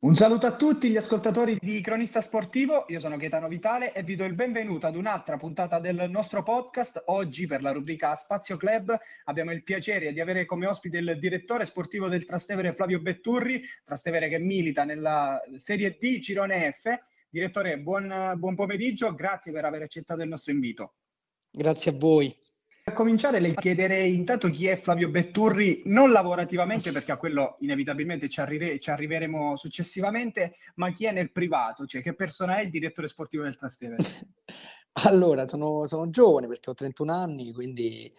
Un saluto a tutti gli ascoltatori di Cronista Sportivo, io sono Gaetano Vitale e vi do il benvenuto ad un'altra puntata del nostro podcast. Oggi per la rubrica Spazio Club abbiamo il piacere di avere come ospite il direttore sportivo del Trastevere Flavio Betturri, Trastevere che milita nella Serie D Girone F. Direttore, buon pomeriggio, grazie per aver accettato il nostro invito. Grazie a voi. Per cominciare, le chiederei intanto chi è Flavio Betturri, non lavorativamente, perché a quello inevitabilmente ci arriveremo successivamente, ma chi è nel privato, cioè che persona è il direttore sportivo del Trastevere? Allora, sono giovane perché ho 31 anni, quindi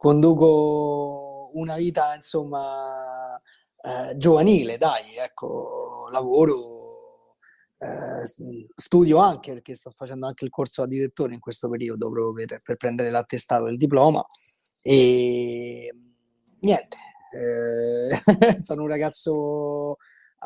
conduco una vita, insomma, giovanile, dai, ecco, lavoro, studio anche perché sto facendo anche il corso da direttore in questo periodo proprio per prendere l'attestato del diploma e niente, sono un ragazzo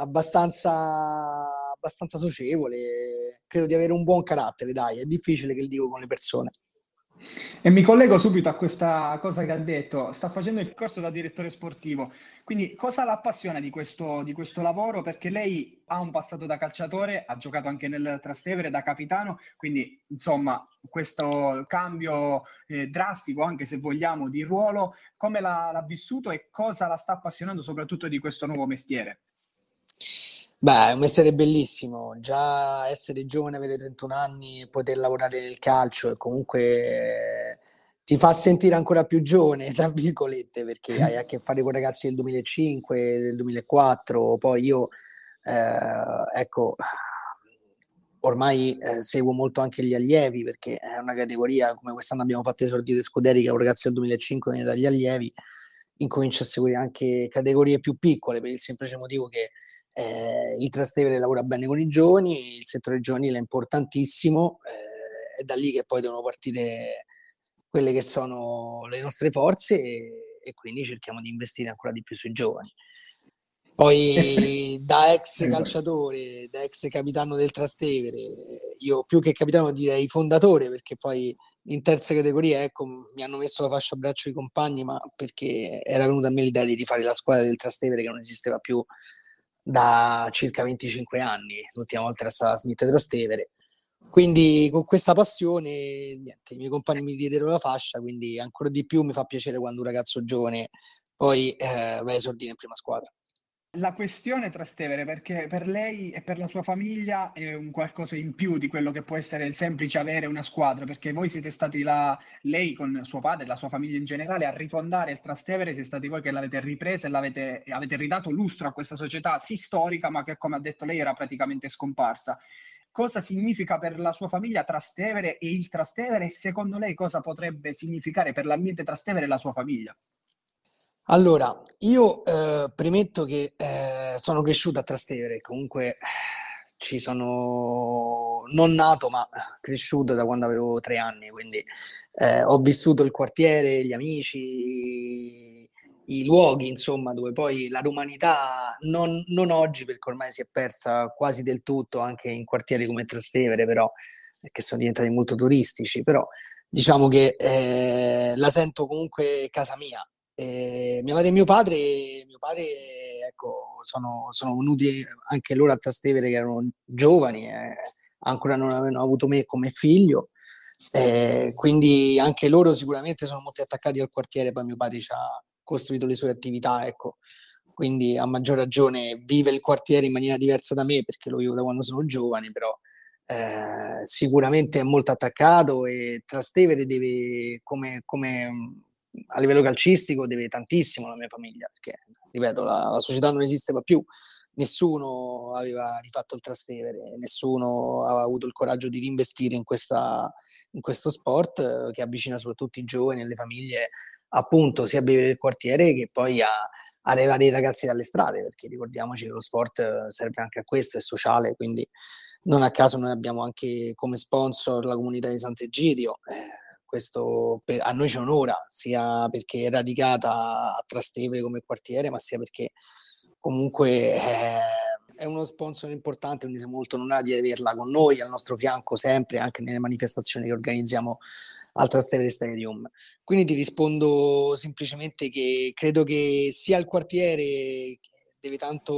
abbastanza socievole, credo di avere un buon carattere, dai, è difficile che dico con le persone. E mi collego subito a questa cosa che ha detto, sta facendo il corso da direttore sportivo, quindi cosa la appassiona di questo lavoro? Perché lei ha un passato da calciatore, ha giocato anche nel Trastevere da capitano, quindi insomma questo cambio drastico, anche se vogliamo, di ruolo, come l'ha vissuto e cosa la sta appassionando soprattutto di questo nuovo mestiere? Beh, è un mestiere bellissimo, già essere giovane, avere 31 anni e poter lavorare nel calcio e comunque ti fa sentire ancora più giovane, tra virgolette, perché hai a che fare con ragazzi del 2005, del 2004, poi io, ecco, ormai seguo molto anche gli allievi perché è una categoria, come quest'anno abbiamo fatto esordire Scuderi, che è un ragazzo del 2005, viene dagli allievi, incomincio a seguire anche categorie più piccole per il semplice motivo che il Trastevere lavora bene con i giovani, il settore giovanile è importantissimo, è da lì che poi devono partire quelle che sono le nostre forze e quindi cerchiamo di investire ancora di più sui giovani. Poi da ex Prego. calciatore, da ex capitano del Trastevere, io più che capitano direi fondatore, perché poi in terza categoria, ecco, mi hanno messo la fascia a braccio i compagni, ma perché era venuta a me l'idea di rifare la squadra del Trastevere che non esisteva più da circa 25 anni, l'ultima volta era stata Smith Trastevere. Quindi con questa passione, niente, i miei compagni mi diedero la fascia, quindi ancora di più mi fa piacere quando un ragazzo giovane poi va a esordire in prima squadra. La questione Trastevere, perché per lei e per la sua famiglia è un qualcosa in più di quello che può essere il semplice avere una squadra, perché voi siete stati lei con suo padre e la sua famiglia in generale, a rifondare il Trastevere, siete stati voi che l'avete ripresa e avete ridato lustro a questa società sì storica, ma che come ha detto lei era praticamente scomparsa. Cosa significa per la sua famiglia Trastevere e il Trastevere e secondo lei cosa potrebbe significare per l'ambiente Trastevere e la sua famiglia? Allora, io premetto che sono cresciuto a Trastevere, comunque ci sono non nato, ma cresciuto da quando avevo 3 anni, quindi ho vissuto il quartiere, gli amici, i luoghi, insomma, dove poi la romanità, non oggi, perché ormai si è persa quasi del tutto, anche in quartieri come Trastevere, però, che sono diventati molto turistici, però diciamo che la sento comunque casa mia. Mia madre e mio padre, ecco, sono venuti anche loro a Trastevere che erano giovani, ancora non avevano avuto me come figlio, quindi anche loro sicuramente sono molto attaccati al quartiere, poi mio padre ci ha costruito le sue attività, ecco, quindi a maggior ragione vive il quartiere in maniera diversa da me perché lo vivo da quando sono giovane, però sicuramente è molto attaccato e Trastevere deve, come a livello calcistico, deve tantissimo alla mia famiglia, perché, ripeto, la società non esisteva più, nessuno aveva rifatto il Trastevere, nessuno aveva avuto il coraggio di reinvestire in questo sport che avvicina soprattutto i giovani e le famiglie, appunto, sia a vivere il quartiere che poi a levare i ragazzi dalle strade, perché ricordiamoci che lo sport serve anche a questo, è sociale, quindi non a caso noi abbiamo anche come sponsor la comunità di Sant'Egidio. Questo a noi ci onora, sia perché è radicata a Trastevere come quartiere, ma sia perché comunque è uno sponsor importante, quindi siamo molto onorati di averla con noi, al nostro fianco sempre, anche nelle manifestazioni che organizziamo al Trastevere Stadium. Quindi ti rispondo semplicemente che credo che sia il quartiere che deve tanto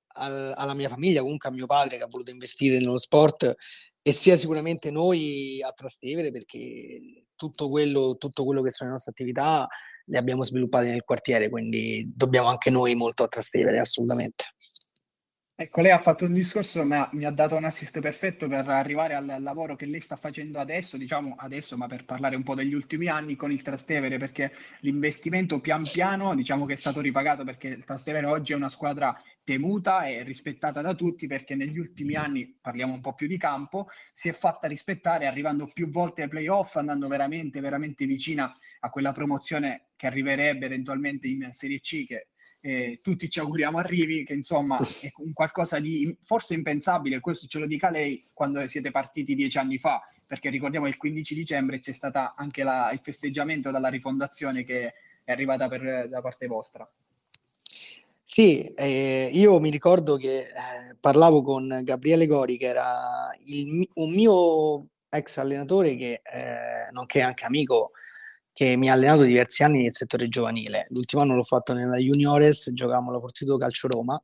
alla mia famiglia, comunque a mio padre che ha voluto investire nello sport, e sia sicuramente noi a Trastevere, perché tutto quello che sono le nostre attività le abbiamo sviluppate nel quartiere, quindi dobbiamo anche noi molto a Trastevere, assolutamente. Ecco, lei ha fatto un discorso, ma mi ha dato un assist perfetto per arrivare al lavoro che lei sta facendo adesso, diciamo adesso, ma per parlare un po' degli ultimi anni con il Trastevere, perché l'investimento pian piano, diciamo che è stato ripagato, perché il Trastevere oggi è una squadra temuta e rispettata da tutti, perché negli ultimi anni, parliamo un po' più di campo, si è fatta rispettare arrivando più volte ai playoff, andando veramente, veramente vicina a quella promozione che arriverebbe eventualmente in Serie C, che tutti ci auguriamo arrivi, che insomma è un qualcosa di forse impensabile, questo ce lo dica lei quando siete partiti 10 anni fa, perché ricordiamo che il 15 dicembre c'è stato anche il festeggiamento dalla rifondazione che è arrivata da parte vostra. Sì, io mi ricordo che parlavo con Gabriele Gori, che era un mio ex allenatore, che nonché anche amico, che mi ha allenato diversi anni nel settore giovanile. L'ultimo anno l'ho fatto nella Juniores, giocavamo alla Fortitudo Calcio Roma,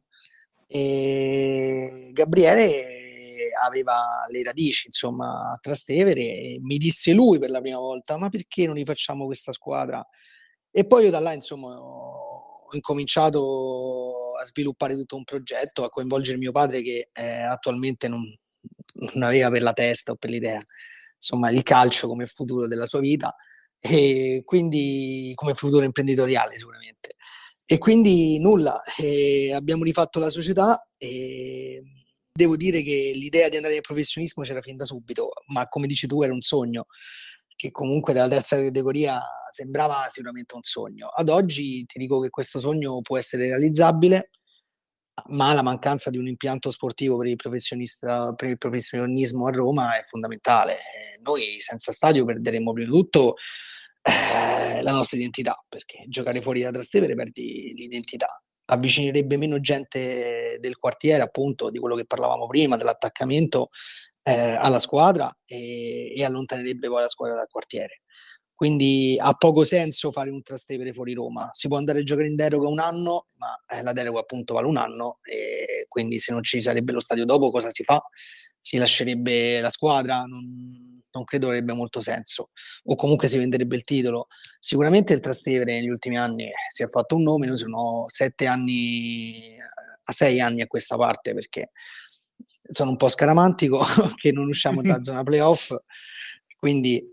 e Gabriele aveva le radici, insomma, a Trastevere, e mi disse lui per la prima volta: ma perché non rifacciamo questa squadra? E poi io da là, insomma, ho incominciato a sviluppare tutto un progetto, a coinvolgere mio padre, che attualmente non aveva per la testa o per l'idea, insomma, il calcio come futuro della sua vita, e quindi come futuro imprenditoriale sicuramente. E quindi nulla, abbiamo rifatto la società, e devo dire che l'idea di andare nel professionismo c'era fin da subito, ma come dici tu era un sogno, che comunque della terza categoria sembrava sicuramente un sogno. Ad oggi ti dico che questo sogno può essere realizzabile, ma la mancanza di un impianto sportivo per il professionista, per il professionismo a Roma è fondamentale. Noi senza stadio perderemo prima di tutto la nostra identità, perché giocare fuori da Trastevere perdi l'identità. Avvicinerebbe meno gente del quartiere, appunto, di quello che parlavamo prima, dell'attaccamento alla squadra, e allontanerebbe poi la squadra dal quartiere. Quindi ha poco senso fare un Trastevere fuori Roma. Si può andare a giocare in deroga un anno, ma la deroga appunto vale un anno, e quindi se non ci sarebbe lo stadio dopo cosa si fa? Si lascerebbe la squadra? Non credo avrebbe molto senso. O comunque si venderebbe il titolo. Sicuramente il Trastevere negli ultimi anni si è fatto un nome, noi sono 7 anni, a 6 anni a questa parte, perché sono un po' scaramantico che non usciamo dalla zona playoff, quindi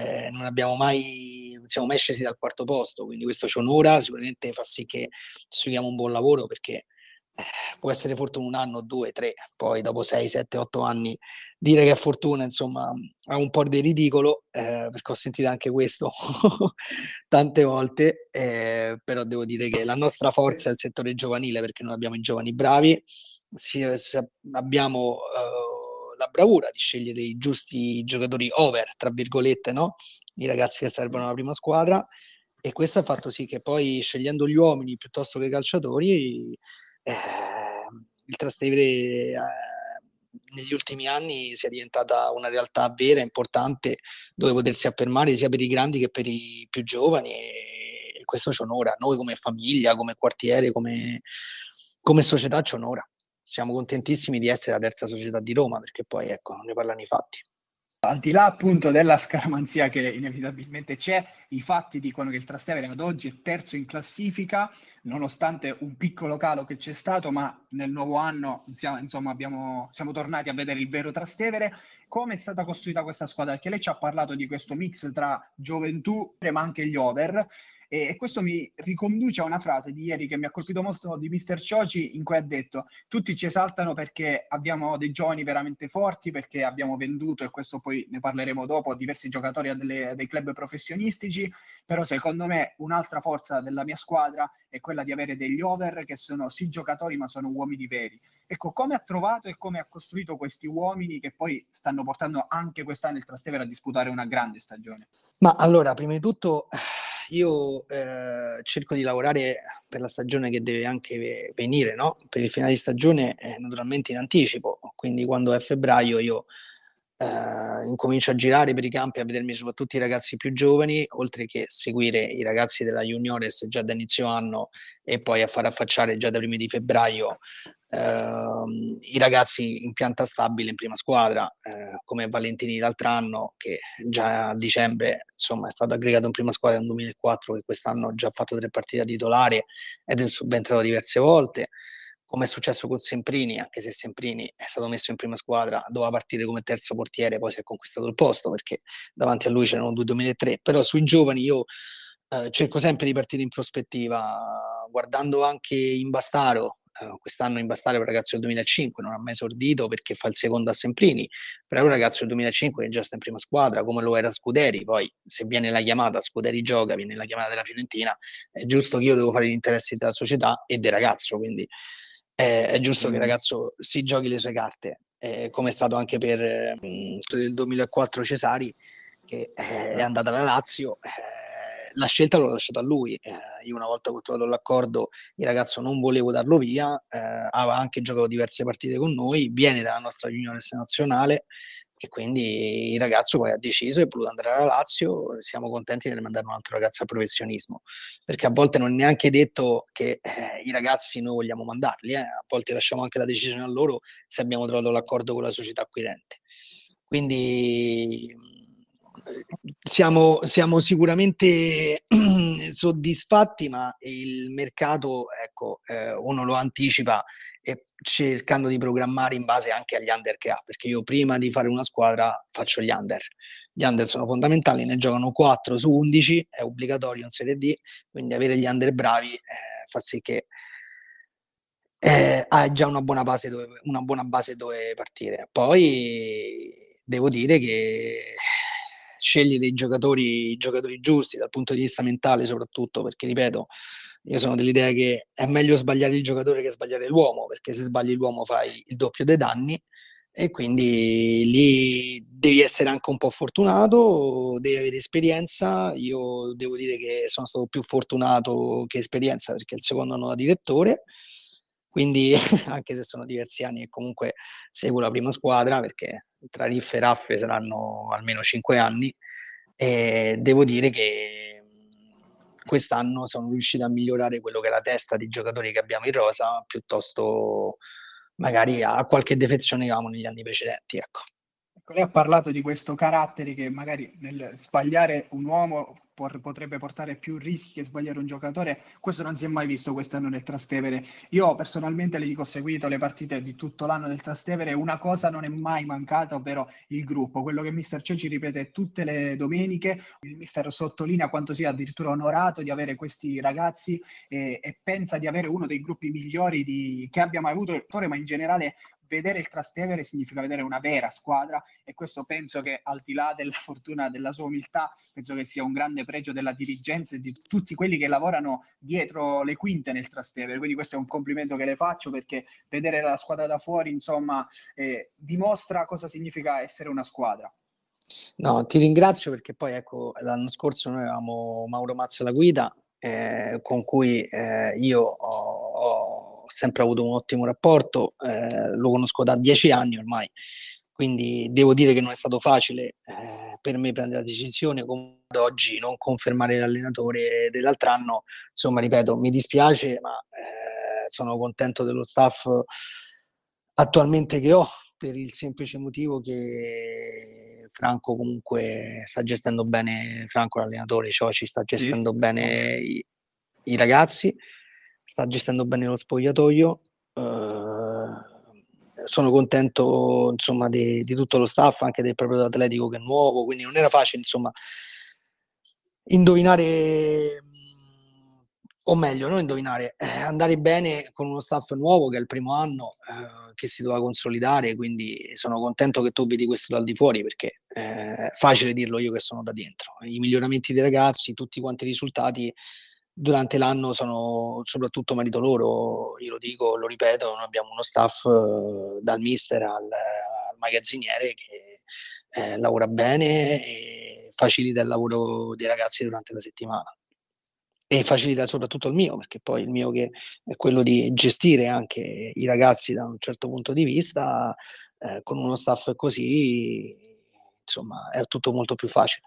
non siamo mai scesi dal quarto posto, quindi questo ci onora, sicuramente fa sì che scegliamo un buon lavoro, perché può essere fortuna un anno, due, tre, poi dopo 6, 7, 8 anni dire che è fortuna, insomma, ha un po' di ridicolo, perché ho sentito anche questo tante volte, però devo dire che la nostra forza è il settore giovanile, perché noi abbiamo i giovani bravi, abbiamo la bravura di scegliere i giusti giocatori over, tra virgolette, no? I ragazzi che servono alla prima squadra, e questo ha fatto sì che poi, scegliendo gli uomini piuttosto che i calciatori, il Trastevere negli ultimi anni sia diventata una realtà vera, importante, dove potersi affermare sia per i grandi che per i più giovani, e questo ci onora. Noi come famiglia, come quartiere, come società ci onora. Siamo contentissimi di essere la terza società di Roma, perché poi ecco, non ne parlano i fatti. Al di là appunto della scaramanzia che inevitabilmente c'è, i fatti dicono che il Trastevere ad oggi è terzo in classifica, nonostante un piccolo calo che c'è stato, ma nel nuovo anno insomma, siamo tornati a vedere il vero Trastevere. Come è stata costruita questa squadra? Perché lei ci ha parlato di questo mix tra gioventù, ma anche gli over. E questo mi riconduce a una frase di ieri che mi ha colpito molto di Mister Cioci, in cui ha detto: tutti ci esaltano perché abbiamo dei giovani veramente forti, perché abbiamo venduto, e questo poi ne parleremo dopo, diversi giocatori dei club professionistici, però secondo me un'altra forza della mia squadra è quella di avere degli over che sono sì giocatori ma sono uomini veri. Ecco, come ha trovato e come ha costruito questi uomini che poi stanno portando anche quest'anno il Trastevere a disputare una grande stagione? Ma allora, prima di tutto, io cerco di lavorare per la stagione che deve anche venire, no? Per il finale di stagione, naturalmente in anticipo, quindi quando è febbraio io incomincio a girare per i campi, a vedermi soprattutto i ragazzi più giovani, oltre che seguire i ragazzi della Juniores già da inizio anno, e poi a far affacciare già da primi di febbraio i ragazzi in pianta stabile in prima squadra, come Valentini l'altro anno, che già a dicembre insomma è stato aggregato in prima squadra nel 2004, che quest'anno ha già fatto 3 partite da titolare ed è subentrato diverse volte, come è successo con Semprini, anche se Semprini è stato messo in prima squadra, doveva partire come terzo portiere, poi si è conquistato il posto perché davanti a lui c'erano 2 2003, però sui giovani io cerco sempre di partire in prospettiva, guardando anche Imbastaro. Quest'anno Imbastaro è un ragazzo del 2005, non ha mai esordito perché fa il secondo a Semprini, però è un ragazzo del 2005 che già sta in prima squadra, come lo era Scuderi. Poi se viene la chiamata, Scuderi gioca, viene la chiamata della Fiorentina, è giusto che io devo fare gli interessi della società e del ragazzo, quindi è giusto che il ragazzo si giochi le sue carte, come è stato anche per il 2004 Cesari, che è andata alla Lazio. La scelta l'ho lasciata a lui. Io una volta che ho trovato l'accordo, il ragazzo non volevo darlo via, aveva anche giocato diverse partite con noi, viene dalla nostra juniores nazionale e quindi il ragazzo poi ha deciso e è voluto andare alla Lazio. Siamo contenti di mandare un altro ragazzo al professionismo, perché a volte non è neanche detto che i ragazzi noi vogliamo mandarli, a volte lasciamo anche la decisione a loro se abbiamo trovato l'accordo con la società acquirente. Quindi siamo sicuramente soddisfatti, ma il mercato, ecco, uno lo anticipa e cercando di programmare in base anche agli under che ha, perché io prima di fare una squadra faccio gli under. Gli under sono fondamentali, ne giocano 4 su 11, è obbligatorio in Serie D, quindi avere gli under bravi fa sì che hai già una buona base dove partire. Poi devo dire che scegli i giocatori giusti dal punto di vista mentale, soprattutto perché, ripeto, io sono dell'idea che è meglio sbagliare il giocatore che sbagliare l'uomo, perché se sbagli l'uomo fai il doppio dei danni e quindi lì devi essere anche un po' fortunato, devi avere esperienza. Io devo dire che sono stato più fortunato che esperienza perché è il secondo anno da direttore, quindi anche se sono diversi anni e comunque seguo la prima squadra, perché tra Riff e Raffe saranno almeno 5 anni, e devo dire che quest'anno sono riuscito a migliorare quello che è la testa di giocatori che abbiamo in rosa, piuttosto magari a qualche defezione che avevamo negli anni precedenti, ecco. Ecco, lei ha parlato di questo carattere che magari nel sbagliare un uomo potrebbe portare più rischi che sbagliare un giocatore. Questo non si è mai visto quest'anno nel Trastevere. Io personalmente le dico, ho seguito le partite di tutto l'anno del Trastevere, una cosa non è mai mancata, ovvero il gruppo. Quello che mister Ceci ripete tutte le domeniche, il mister sottolinea quanto sia addirittura onorato di avere questi ragazzi e pensa di avere uno dei gruppi migliori che abbia mai avuto, ma in generale vedere il Trastevere significa vedere una vera squadra, e questo penso che, al di là della fortuna della sua umiltà, penso che sia un grande pregio della dirigenza e di tutti quelli che lavorano dietro le quinte nel Trastevere. Quindi questo è un complimento che le faccio, perché vedere la squadra da fuori, insomma, dimostra cosa significa essere una squadra. No, ti ringrazio perché poi ecco, l'anno scorso noi avevamo Mauro Mazza alla guida, con cui io ho sempre avuto un ottimo rapporto, lo conosco da 10 anni ormai, quindi devo dire che non è stato facile per me prendere la decisione, come ad oggi non confermare l'allenatore dell'altro anno. Insomma, ripeto, mi dispiace, ma sono contento dello staff attualmente che ho, per il semplice motivo che Franco comunque sta gestendo bene, Franco l'allenatore, Cioci sta Sì. gestendo bene i ragazzi, sta gestendo bene lo spogliatoio. Sono contento insomma di tutto lo staff, anche del proprio atletico che è nuovo, quindi non era facile insomma indovinare, o meglio, non indovinare, andare bene con uno staff nuovo che è il primo anno, che si doveva consolidare, quindi sono contento che tu vedi questo dal di fuori, perché è facile dirlo io che sono da dentro. I miglioramenti dei ragazzi, tutti quanti i risultati durante l'anno sono soprattutto merito loro, io lo dico, lo ripeto, noi abbiamo uno staff dal mister al magazziniere che lavora bene e facilita il lavoro dei ragazzi durante la settimana e facilita soprattutto il mio, perché poi il mio che è quello di gestire anche i ragazzi da un certo punto di vista, con uno staff così, insomma, è tutto molto più facile.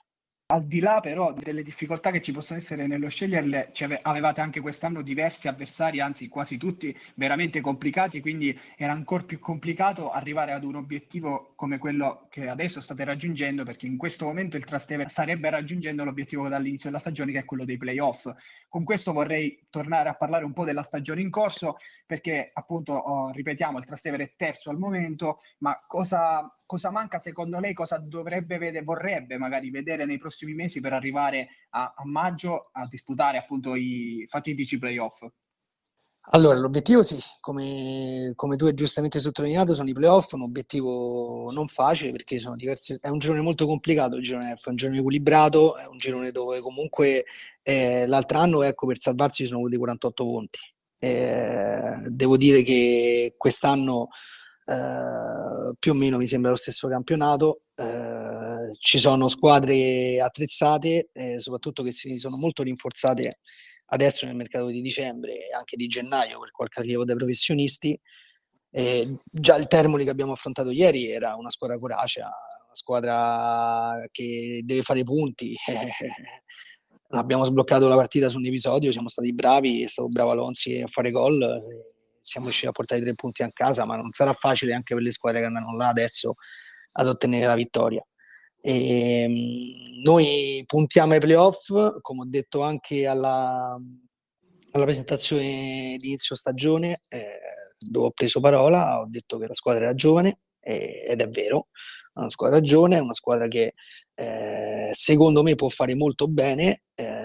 Al di là però delle difficoltà che ci possono essere nello sceglierle, avevate anche quest'anno diversi avversari, anzi quasi tutti veramente complicati, quindi era ancora più complicato arrivare ad un obiettivo come quello che adesso state raggiungendo, perché in questo momento il Trastevere starebbe raggiungendo l'obiettivo dall'inizio della stagione, che è quello dei playoff. Con questo vorrei tornare a parlare un po' della stagione in corso, perché appunto, ripetiamo, il Trastevere è terzo al momento, ma cosa manca secondo lei, cosa vorrebbe magari vedere nei prossimi mesi per arrivare a maggio a disputare appunto i fatidici playoff? Allora, l'obiettivo sì, come tu hai giustamente sottolineato, sono i playoff, un obiettivo non facile perché sono diversi, è un girone molto complicato, il girone F, è un girone equilibrato, è un girone dove comunque l'altro anno, ecco, per salvarsi sono avuti 48 punti. Devo dire che quest'anno più o meno mi sembra lo stesso campionato, ci sono squadre attrezzate, soprattutto che si sono molto rinforzate adesso nel mercato di dicembre e anche di gennaio per qualche arrivo dai professionisti. Già il Termoli che abbiamo affrontato ieri era una squadra coracea, una squadra che deve fare punti. Abbiamo sbloccato la partita su un episodio, siamo stati bravi, è stato bravo Alonsi a fare gol, siamo riusciti a portare 3 punti a casa, ma non sarà facile anche per le squadre che andranno là adesso ad ottenere la vittoria. Noi puntiamo ai playoff, come ho detto anche alla presentazione di inizio stagione, dove ho preso parola, ho detto che la squadra era giovane, ed è vero, è una squadra giovane, è una squadra che secondo me può fare molto bene.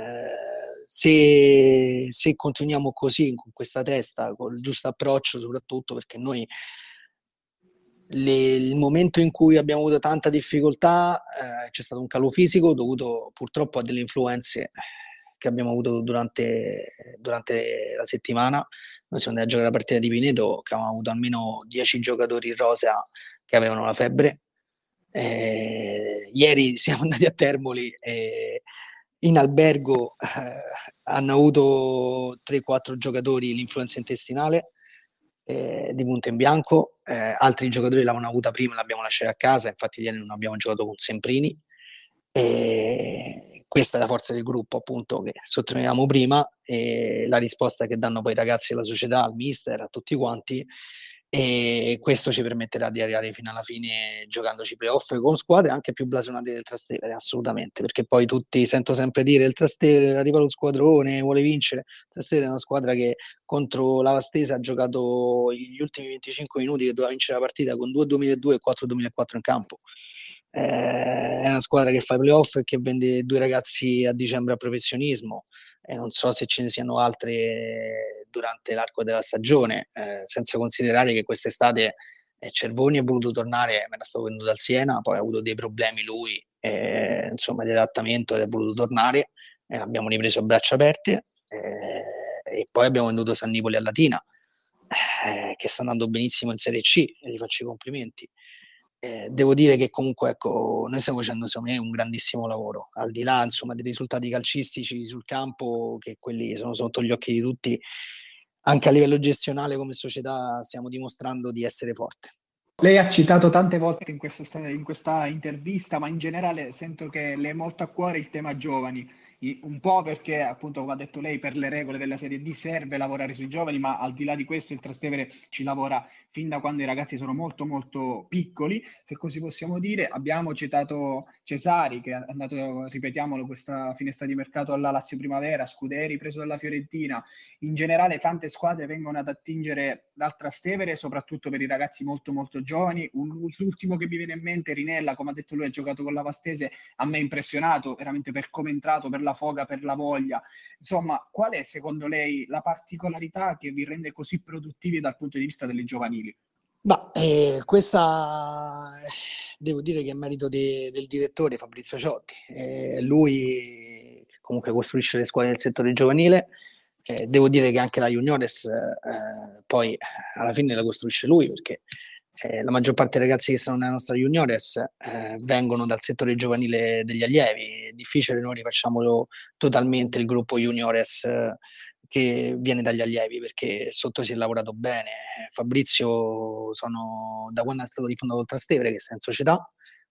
Se continuiamo così, con questa testa, con il giusto approccio, soprattutto perché noi il momento in cui abbiamo avuto tanta difficoltà, c'è stato un calo fisico dovuto purtroppo a delle influenze che abbiamo avuto durante la settimana. Noi siamo andati a giocare la partita di Pineto, che avevamo avuto almeno 10 giocatori in rosa che avevano la febbre. Ieri siamo andati a Termoli e in albergo hanno avuto 3-4 giocatori l'influenza intestinale, di punto in bianco. Altri giocatori l'avevano avuta prima, l'abbiamo lasciata a casa, infatti ieri non abbiamo giocato con Semprini. Questa è la forza del gruppo, appunto, che sottolineiamo prima, e la risposta che danno poi i ragazzi alla società, al mister, a tutti quanti, e questo ci permetterà di arrivare fino alla fine giocandoci playoff con squadre anche più blasonate del Trastevere, assolutamente, perché poi tutti sento sempre dire il Trastevere arriva lo squadrone, vuole vincere. Il Trastevere è una squadra che contro la Vastese ha giocato gli ultimi 25 minuti, che doveva vincere la partita con 2 2002 e 4 2004 in campo. È una squadra che fa i playoff e che vende 2 ragazzi a dicembre a professionismo, e non so se ce ne siano altre durante l'arco della stagione, senza considerare che quest'estate Cervoni è voluto tornare, me la stavo venduto dal Siena, poi ha avuto dei problemi lui, insomma, di adattamento, ed è voluto tornare, abbiamo ripreso a braccia aperte, e poi abbiamo venduto San Nipoli a Latina, che sta andando benissimo in Serie C, e gli faccio i complimenti. Devo dire che comunque, ecco, noi stiamo facendo secondo me un grandissimo lavoro, al di là, insomma, dei risultati calcistici sul campo, che quelli sono sotto gli occhi di tutti. Anche a livello gestionale come società stiamo dimostrando di essere forte. Lei ha citato tante volte in questa intervista, ma in generale sento che le è molto a cuore il tema giovani. Un po' perché, appunto, come ha detto lei, per le regole della Serie D serve lavorare sui giovani, ma al di là di questo il Trastevere ci lavora fin da quando i ragazzi sono molto molto piccoli, se così possiamo dire. Abbiamo citato Cesari, che è andato, ripetiamolo, questa finestra di mercato alla Lazio Primavera, Scuderi preso dalla Fiorentina. In generale tante squadre vengono ad attingere dal Trastevere, soprattutto per i ragazzi molto molto giovani. L'ultimo che mi viene in mente, Rinella, come ha detto lui, ha giocato con la Vastese, a me è impressionato veramente per come è entrato, per la foga, per la voglia. Insomma, qual è secondo lei la particolarità che vi rende così produttivi dal punto di vista delle giovanili? Ma questa devo dire che è merito del direttore Fabrizio Ciotti. Lui comunque costruisce le squadre del settore giovanile. Devo dire che anche la Juniores poi alla fine la costruisce lui, perché la maggior parte dei ragazzi che stanno nella nostra Juniores vengono dal settore giovanile degli allievi. È difficile noi rifacciamolo totalmente il gruppo Juniores che viene dagli allievi, perché sotto si è lavorato bene. Fabrizio, da quando è stato rifondato il Trastevere, che sta in società,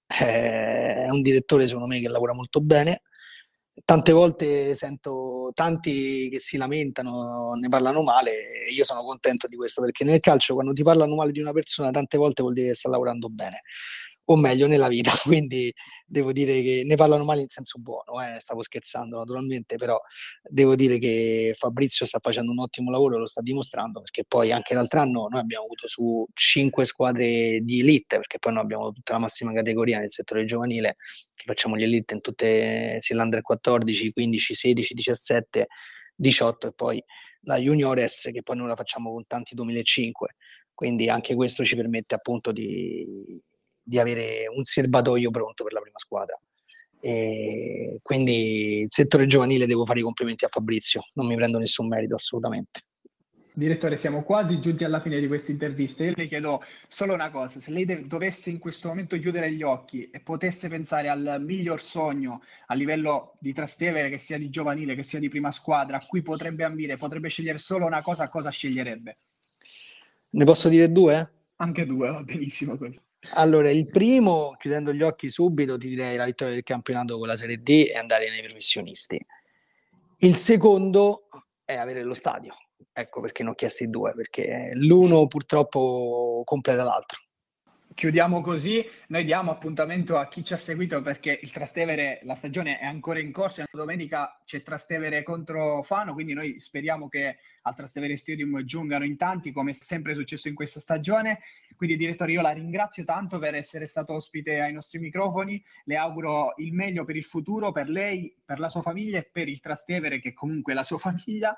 È un direttore, secondo me, che lavora molto bene. Tante volte sento tanti che si lamentano, ne parlano male, e io sono contento di questo, perché nel calcio, quando ti parlano male di una persona, tante volte vuol dire che sta lavorando bene, o meglio nella vita. Quindi devo dire che ne parlano male in senso buono, stavo scherzando naturalmente, però devo dire che Fabrizio sta facendo un ottimo lavoro, lo sta dimostrando, perché poi anche l'altro anno noi abbiamo avuto su 5 squadre di elite, perché poi noi abbiamo tutta la massima categoria nel settore giovanile, che facciamo gli elite in tutte, sia l'Under 14, 15, 16, 17, 18 e poi la Juniores, che poi noi la facciamo con tanti 2005. Quindi anche questo ci permette appunto di avere un serbatoio pronto per la prima squadra. E quindi il settore giovanile, devo fare i complimenti a Fabrizio, non mi prendo nessun merito assolutamente. Direttore, siamo quasi giunti alla fine di questa intervista. Io le chiedo solo una cosa: se lei dovesse in questo momento chiudere gli occhi e potesse pensare al miglior sogno a livello di Trastevere, che sia di giovanile, che sia di prima squadra, a cui potrebbe ambire, potrebbe scegliere solo una cosa, cosa sceglierebbe? Ne posso dire due? Anche due, va benissimo così. Allora, il primo, chiudendo gli occhi subito, ti direi la vittoria del campionato con la Serie D e andare nei professionisti. Il secondo è avere lo stadio. Ecco perché ne ho chiesti due, perché l'uno purtroppo completa l'altro. Chiudiamo così, noi diamo appuntamento a chi ci ha seguito, perché il Trastevere, la stagione è ancora in corso, domenica c'è Trastevere contro Fano, quindi noi speriamo che al Trastevere Stadium giungano in tanti, come è sempre successo in questa stagione. Quindi direttore, io la ringrazio tanto per essere stato ospite ai nostri microfoni, le auguro il meglio per il futuro, per lei, per la sua famiglia e per il Trastevere, che comunque è la sua famiglia.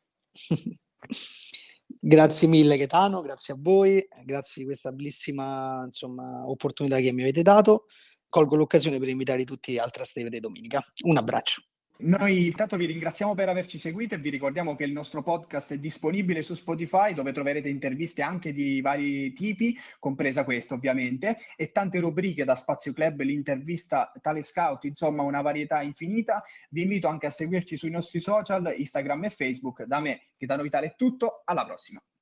Grazie mille Gaetano, grazie a voi, grazie di questa bellissima, insomma, opportunità che mi avete dato. Colgo l'occasione per invitare tutti al Trastevere domenica. Un abbraccio. Noi intanto vi ringraziamo per averci seguito e vi ricordiamo che il nostro podcast è disponibile su Spotify, dove troverete interviste anche di vari tipi, compresa questa ovviamente, e tante rubriche da Spazio Club, l'intervista, tale scout, insomma una varietà infinita. Vi invito anche a seguirci sui nostri social, Instagram e Facebook. Da me, Gaetano Vitale, è tutto, alla prossima.